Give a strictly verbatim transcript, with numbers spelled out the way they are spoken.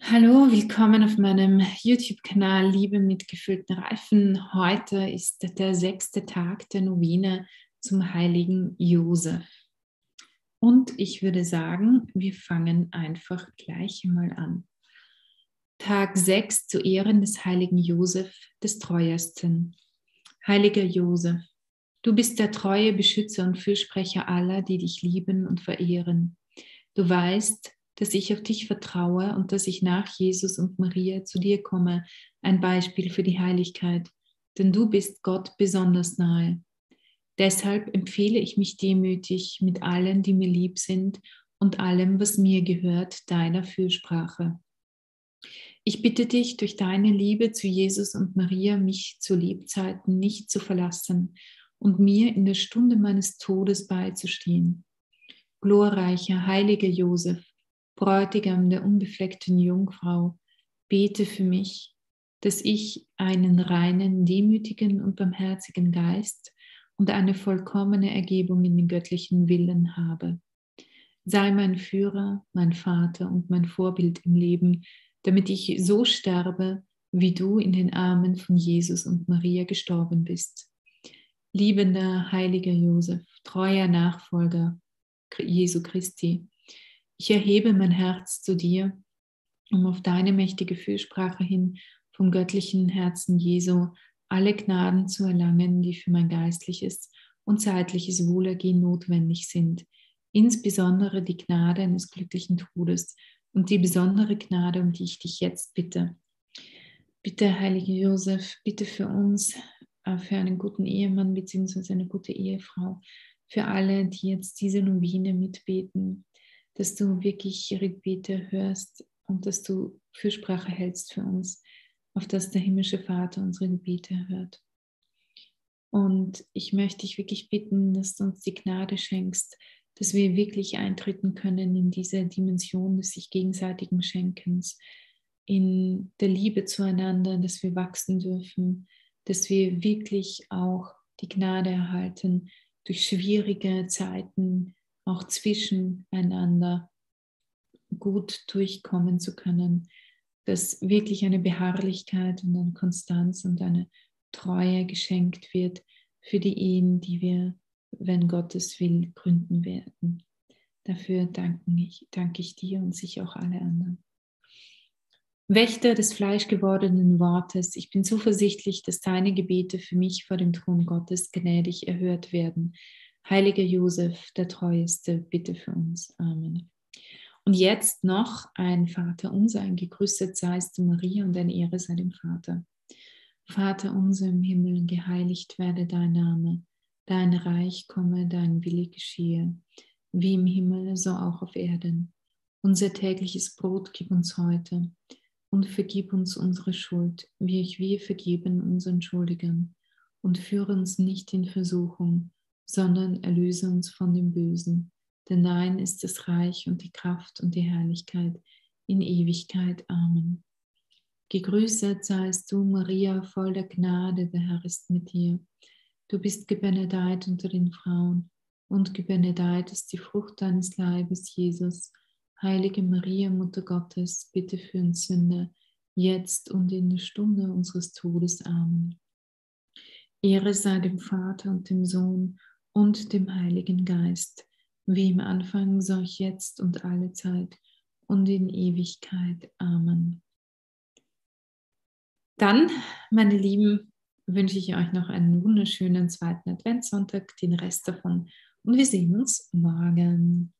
Hallo, willkommen auf meinem YouTube-Kanal Liebe mit gefüllten Reifen. Heute ist der sechste Tag der Novene zum heiligen Josef. Und ich würde sagen, wir fangen einfach gleich mal an. Tag sechs zu Ehren des heiligen Josef, des Treuesten. Heiliger Josef, du bist der treue Beschützer und Fürsprecher aller, die dich lieben und verehren. Du weißt, dass ich auf dich vertraue und dass ich nach Jesus und Maria zu dir komme, ein Beispiel für die Heiligkeit, denn du bist Gott besonders nahe. Deshalb empfehle ich mich demütig mit allen, die mir lieb sind und allem, was mir gehört, deiner Fürsprache. Ich bitte dich, durch deine Liebe zu Jesus und Maria mich zu Lebzeiten nicht zu verlassen und mir in der Stunde meines Todes beizustehen. Glorreicher, heiliger Josef, Bräutigam der unbefleckten Jungfrau, bete für mich, dass ich einen reinen, demütigen und barmherzigen Geist und eine vollkommene Ergebung in den göttlichen Willen habe. Sei mein Führer, mein Vater und mein Vorbild im Leben, damit ich so sterbe, wie du in den Armen von Jesus und Maria gestorben bist. Liebender, heiliger Josef, treuer Nachfolger Jesu Christi, ich erhebe mein Herz zu dir, um auf deine mächtige Fürsprache hin vom göttlichen Herzen Jesu alle Gnaden zu erlangen, die für mein geistliches und zeitliches Wohlergehen notwendig sind, insbesondere die Gnade eines glücklichen Todes und die besondere Gnade, um die ich dich jetzt bitte. Bitte, heiliger Josef, bitte für uns, für einen guten Ehemann bzw. eine gute Ehefrau, für alle, die jetzt diese Novene mitbeten, dass du wirklich ihre Gebete hörst und dass du Fürsprache hältst für uns, auf dass der himmlische Vater unsere Gebete hört. Und ich möchte dich wirklich bitten, dass du uns die Gnade schenkst, dass wir wirklich eintreten können in diese Dimension des sich gegenseitigen Schenkens, in der Liebe zueinander, dass wir wachsen dürfen, dass wir wirklich auch die Gnade erhalten, durch schwierige Zeiten auch zwischeneinander gut durchkommen zu können, dass wirklich eine Beharrlichkeit und eine Konstanz und eine Treue geschenkt wird für die Ehen, die wir, wenn Gottes will, gründen werden. Dafür danke ich, danke ich dir und sicher auch alle anderen. Wächter des fleischgewordenen Wortes, ich bin zuversichtlich, dass deine Gebete für mich vor dem Thron Gottes gnädig erhört werden. Heiliger Josef, der Treueste, bitte für uns. Amen. Und jetzt noch ein Vaterunser, ein gegrüßet seist du Maria und ein Ehre sei dem Vater. Vater unser im Himmel, geheiligt werde dein Name, dein Reich komme, dein Wille geschehe, wie im Himmel, so auch auf Erden. Unser tägliches Brot gib uns heute und vergib uns unsere Schuld, wie ich wir vergeben unseren Schuldigern. Und führe uns nicht in Versuchung, sondern erlöse uns von dem Bösen. Denn dein ist das Reich und die Kraft und die Herrlichkeit in Ewigkeit. Amen. Gegrüßet seist du, Maria, voll der Gnade, der Herr ist mit dir. Du bist gebenedeit unter den Frauen und gebenedeit ist die Frucht deines Leibes, Jesus. Heilige Maria, Mutter Gottes, bitte für uns Sünder, jetzt und in der Stunde unseres Todes. Amen. Ehre sei dem Vater und dem Sohn und dem Heiligen Geist, wie im Anfang, so auch jetzt und alle Zeit und in Ewigkeit. Amen. Dann, meine Lieben, wünsche ich euch noch einen wunderschönen zweiten Adventssonntag, den Rest davon. Und wir sehen uns morgen.